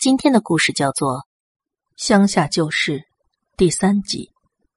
今天的故事叫做《乡下旧事》第3集。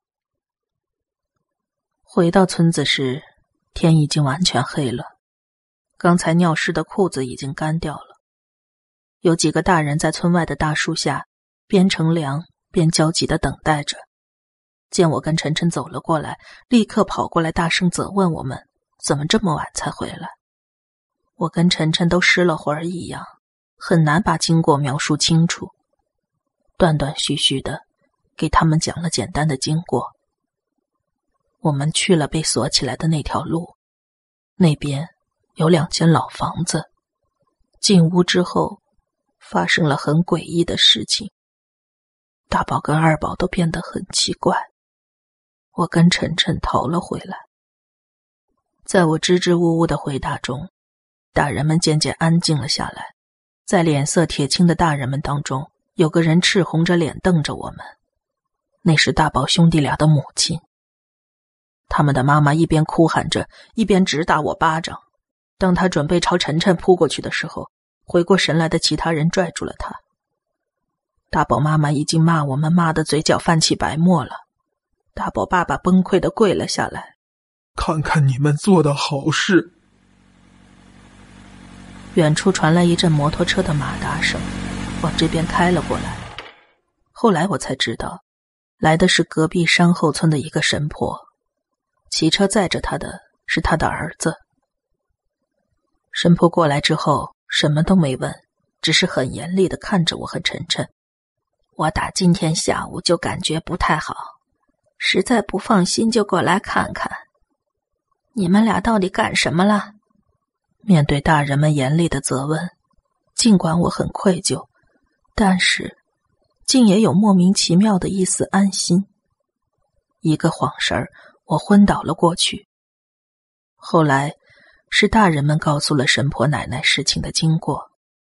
回到村子时，天已经完全黑了，刚才尿湿的裤子已经干掉了。有几个大人在村外的大树下边乘凉边焦急地等待着，见我跟晨晨走了过来，立刻跑过来大声责问我们怎么这么晚才回来。我跟晨晨都失了魂儿一样，很难把经过描述清楚，断断续续的给他们讲了简单的经过。我们去了被锁起来的那条路，那边有2间老房子，进屋之后发生了很诡异的事情，大宝跟二宝都变得很奇怪，我跟晨晨逃了回来。在我支支吾吾的回答中，大人们渐渐安静了下来。在脸色铁青的大人们当中，有个人赤红着脸瞪着我们，那是大宝兄弟俩的母亲。他们的妈妈一边哭喊着，一边直打我巴掌。当他准备朝晨晨扑过去的时候，回过神来的其他人拽住了他。大宝妈妈已经骂我们骂得嘴角泛起白沫了，大宝爸爸崩溃地跪了下来， 看看你们做的好事。 远处传来一阵摩托车的马达声，往这边开了过来。后来我才知道，来的是隔壁山后村的一个神婆，骑车载着他的是他的儿子。神婆过来之后什么都没问，只是很严厉地看着我和晨晨。我打今天下午就感觉不太好，实在不放心就过来看看。你们俩到底干什么了？面对大人们严厉的责问，尽管我很愧疚，但是竟也有莫名其妙的一丝安心。一个晃神儿，我昏倒了过去。后来是大人们告诉了神婆奶奶事情的经过。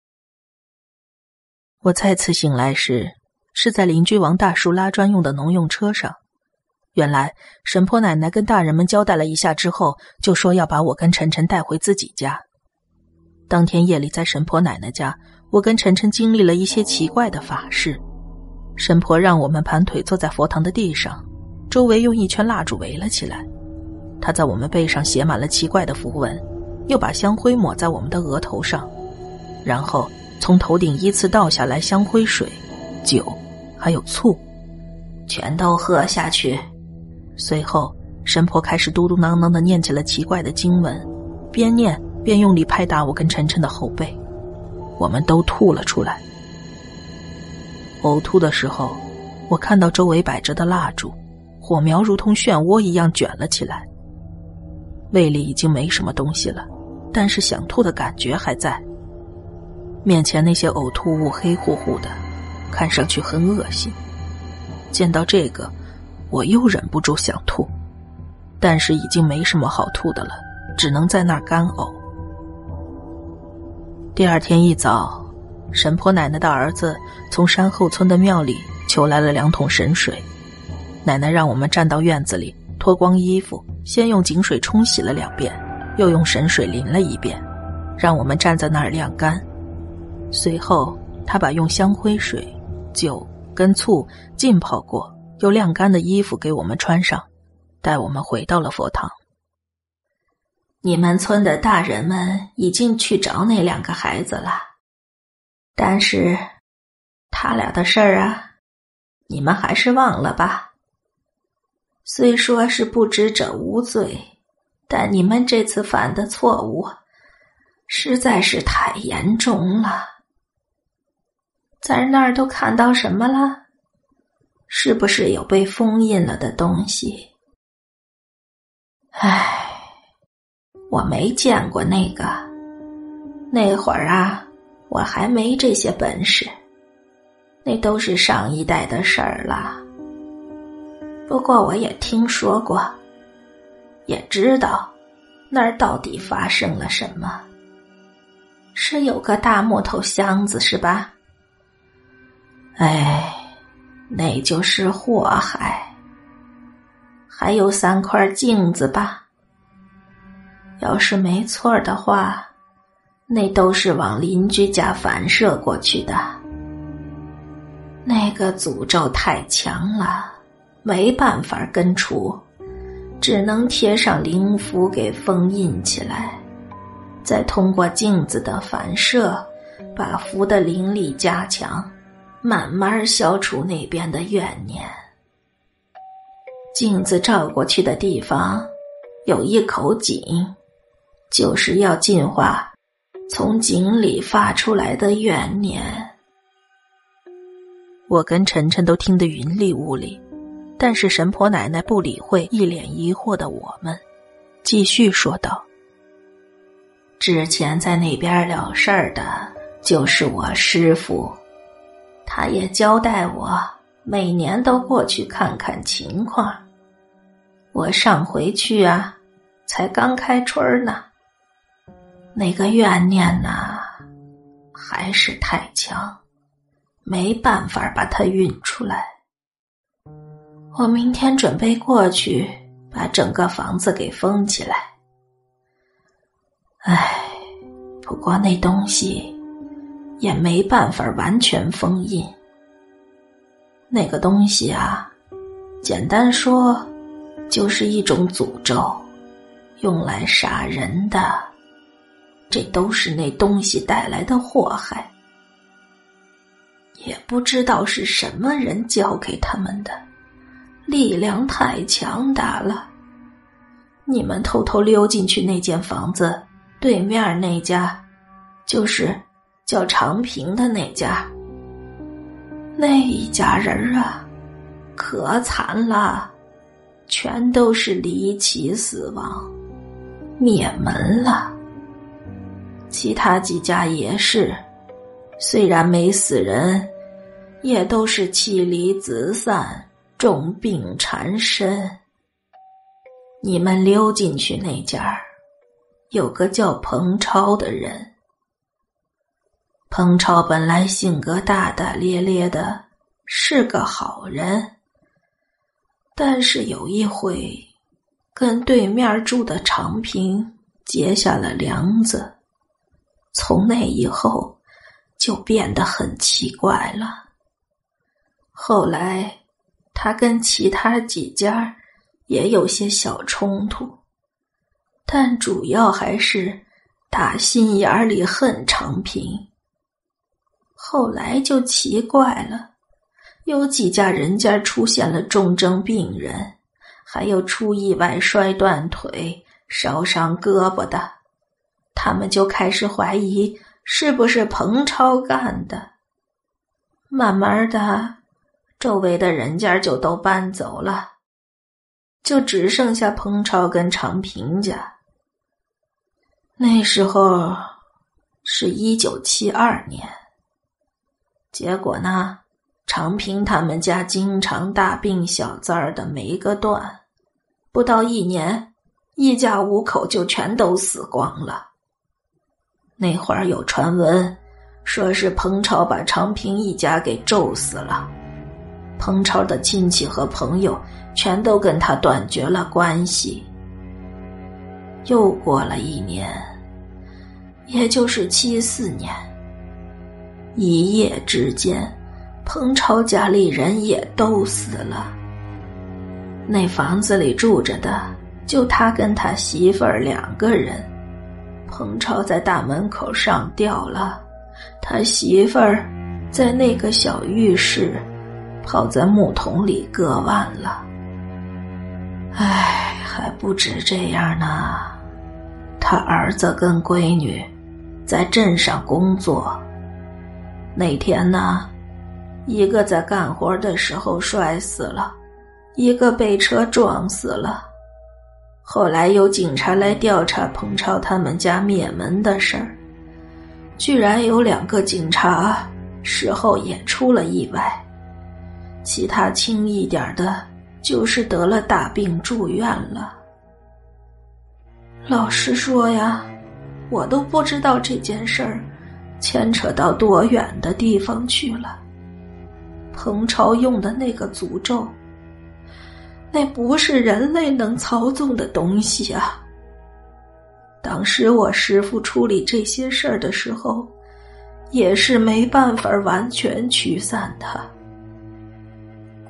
我再次醒来时，是在邻居王大叔拉砖用的农用车上。原来神婆奶奶跟大人们交代了一下之后，就说要把我跟晨晨带回自己家。当天夜里在神婆奶奶家，我跟晨晨经历了一些奇怪的法事。神婆让我们盘腿坐在佛堂的地上，周围用一圈蜡烛围了起来。她在我们背上写满了奇怪的符文，又把香灰抹在我们的额头上，然后从头顶依次倒下来香灰水、酒还有醋，全都喝下去。随后神婆开始嘟嘟囔囔地念起了奇怪的经文，边念边用力拍打我跟晨晨的后背，我们都吐了出来。呕吐的时候，我看到周围摆着的蜡烛，火苗如同漩涡一样卷了起来。胃里已经没什么东西了，但是想吐的感觉还在。面前那些呕吐物黑乎乎的，看上去很恶心。见到这个，我又忍不住想吐，但是已经没什么好吐的了，只能在那儿干呕。第二天一早，神婆奶奶的儿子从山后村的庙里求来了2桶神水，奶奶让我们站到院子里，脱光衣服，先用井水冲洗了2遍，又用神水淋了1遍，让我们站在那儿晾干。随后她把用香灰水、酒跟醋浸泡过又晾干的衣服给我们穿上，带我们回到了佛堂。你们村的大人们已经去找那2个孩子了，但是他俩的事儿啊，你们还是忘了吧。虽说是不知者无罪，但你们这次犯的错误实在是太严重了。在那儿都看到什么了？是不是有被封印了的东西？唉，我没见过那个。那会儿啊，我还没这些本事，那都是上一代的事儿了。不过我也听说过，也知道那儿到底发生了什么。是有个大木头箱子是吧？哎，那就是祸害。还有3块镜子吧？要是没错的话，那都是往邻居家反射过去的。 那个诅咒太强了，没办法根除，只能贴上灵符给封印起来，再通过镜子的反射把符的灵力加强，慢慢消除那边的怨念。镜子照过去的地方有一口井，就是要净化从井里发出来的怨念。我跟晨晨都听得云里雾里，但是神婆奶奶不理会一脸疑惑的我们，继续说道：之前在那边了事儿的就是我师父，他也交代我每年都过去看看情况。我上回去啊，才刚开春呢，那个怨念呐，还是太强，没办法把它运出来。我明天准备过去把整个房子给封起来。不过那东西也没办法完全封印。那个东西啊，简单说就是一种诅咒，用来杀人的，这都是那东西带来的祸害。也不知道是什么人教给他们的，力量太强大了。你们偷偷溜进去那间房子，对面那家，就是叫长平的那家，那一家人啊，可惨了，全都是离奇死亡，灭门了。其他几家也是，虽然没死人，也都是妻离子散，重病缠身。你们溜进去那家，有个叫彭超的人。彭超本来性格大大咧咧的，是个好人，但是有一回跟对面住的长平结下了梁子，从那以后就变得很奇怪了。后来他跟其他几家也有些小冲突，但主要还是打心眼里恨长平。后来就奇怪了，有几家人家出现了重症病人，还有出意外摔断腿、烧伤胳膊的，他们就开始怀疑是不是彭超干的。慢慢的，周围的人家就都搬走了，就只剩下彭超跟长平家。那时候是1972年，结果呢，长平他们家经常大病小灾的没个断，不到1年，一家5口就全都死光了。那会儿有传闻说是彭超把长平一家给咒死了，彭超的亲戚和朋友全都跟他断绝了关系。又过了1年，也就是74年，一夜之间，彭超家里人也都死了。那房子里住着的就他跟他媳妇儿2个人，彭超在大门口上吊了，他媳妇儿在那个小浴室泡在木桶里割腕了。还不止这样呢，他儿子跟闺女在镇上工作，那天呢，一个在干活的时候摔死了，一个被车撞死了。后来有警察来调查彭超他们家灭门的事儿，居然有2个警察事后也出了意外，其他轻一点的就是得了大病住院了。老实说呀，我都不知道这件事儿牵扯到多远的地方去了。彭超用的那个诅咒，那不是人类能操纵的东西啊。当时我师父处理这些事儿的时候，也是没办法完全驱散它，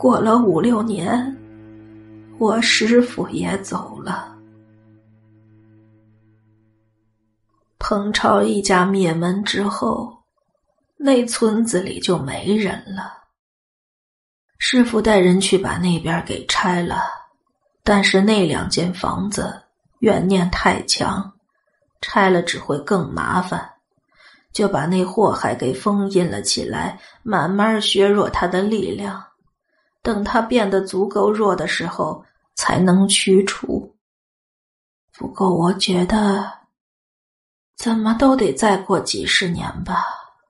过了5、6年，我师父也走了。彭超一家灭门之后，那村子里就没人了。师父带人去把那边给拆了，但是那2间房子怨念太强，拆了只会更麻烦，就把那祸害给封印了起来，慢慢削弱他的力量，等他变得足够弱的时候才能驱除。不过我觉得怎么都得再过几十年吧。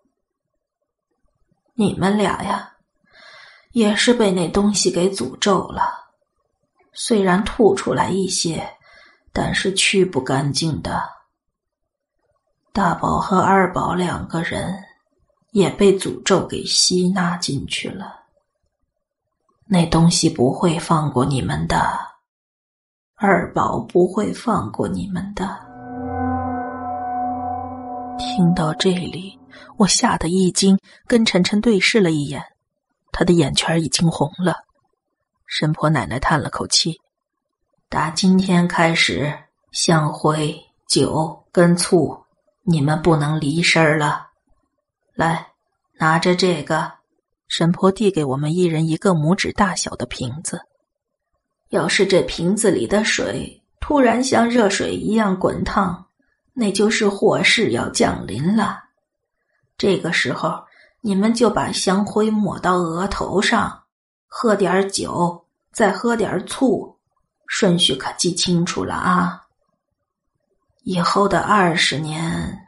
你们俩呀，也是被那东西给诅咒了，虽然吐出来一些，但是驱不干净的。大宝和二宝2个人也被诅咒给吸纳进去了。那东西不会放过你们的，二宝不会放过你们的。听到这里，我吓得一惊，跟晨晨对视了一眼，他的眼圈已经红了。神婆奶奶叹了口气，打今天开始，香灰、酒跟醋你们不能离身了。来，拿着这个。神婆递给我们一人一个拇指大小的瓶子。要是这瓶子里的水突然像热水一样滚烫，那就是祸事要降临了。这个时候你们就把香灰抹到额头上，喝点酒，再喝点醋，顺序可记清楚了啊。以后的20年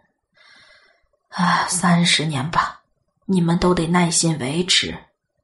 30年吧，你们都得耐心维持。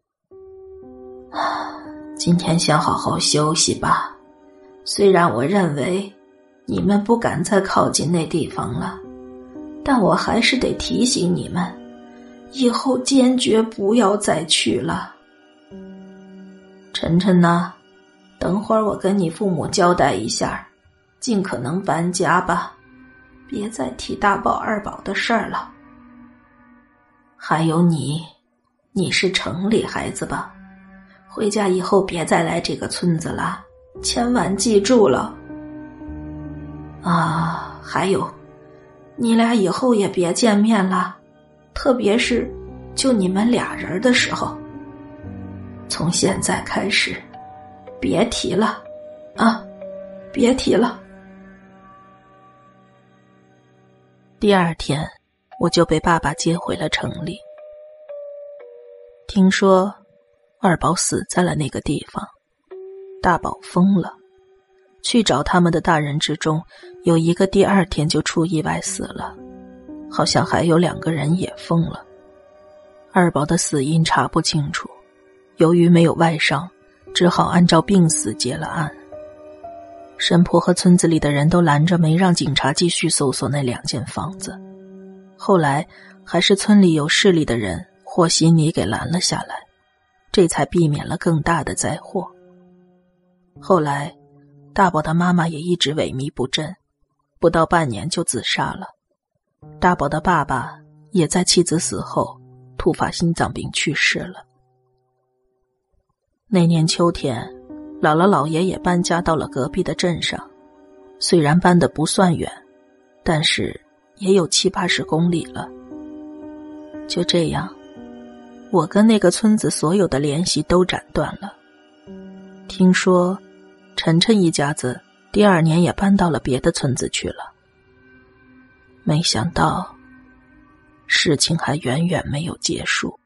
今天先好好休息吧，虽然我认为你们不敢再靠近那地方了，但我还是得提醒你们，以后坚决不要再去了。晨晨呢，等会儿我跟你父母交代一下，尽可能搬家吧，别再提大宝二宝的事儿了。还有你是城里孩子吧？回家以后别再来这个村子了，千万记住了。还有，你俩以后也别见面了，特别是就你们俩人的时候，从现在开始别提了啊，别提了。第2天我就被爸爸接回了城里。听说二宝死在了那个地方，大宝疯了。去找他们的大人之中，有一个第2天就出意外死了，好像还有2个人也疯了。二宝的死因查不清楚，由于没有外伤，只好按照病死结了案。神婆和村子里的人都拦着没让警察继续搜索那2间房子，后来还是村里有势力的人和稀泥给拦了下来，这才避免了更大的灾祸。后来大宝的妈妈也一直萎靡不振，不到半年就自杀了。大宝的爸爸也在妻子死后突发心脏病去世了。那年秋天，姥姥姥爷也搬家到了隔壁的镇上，虽然搬得不算远，但是也有70-80公里了。就这样，我跟那个村子所有的联系都斩断了。听说晨晨一家子第2年也搬到了别的村子去了。没想到事情还远远没有结束。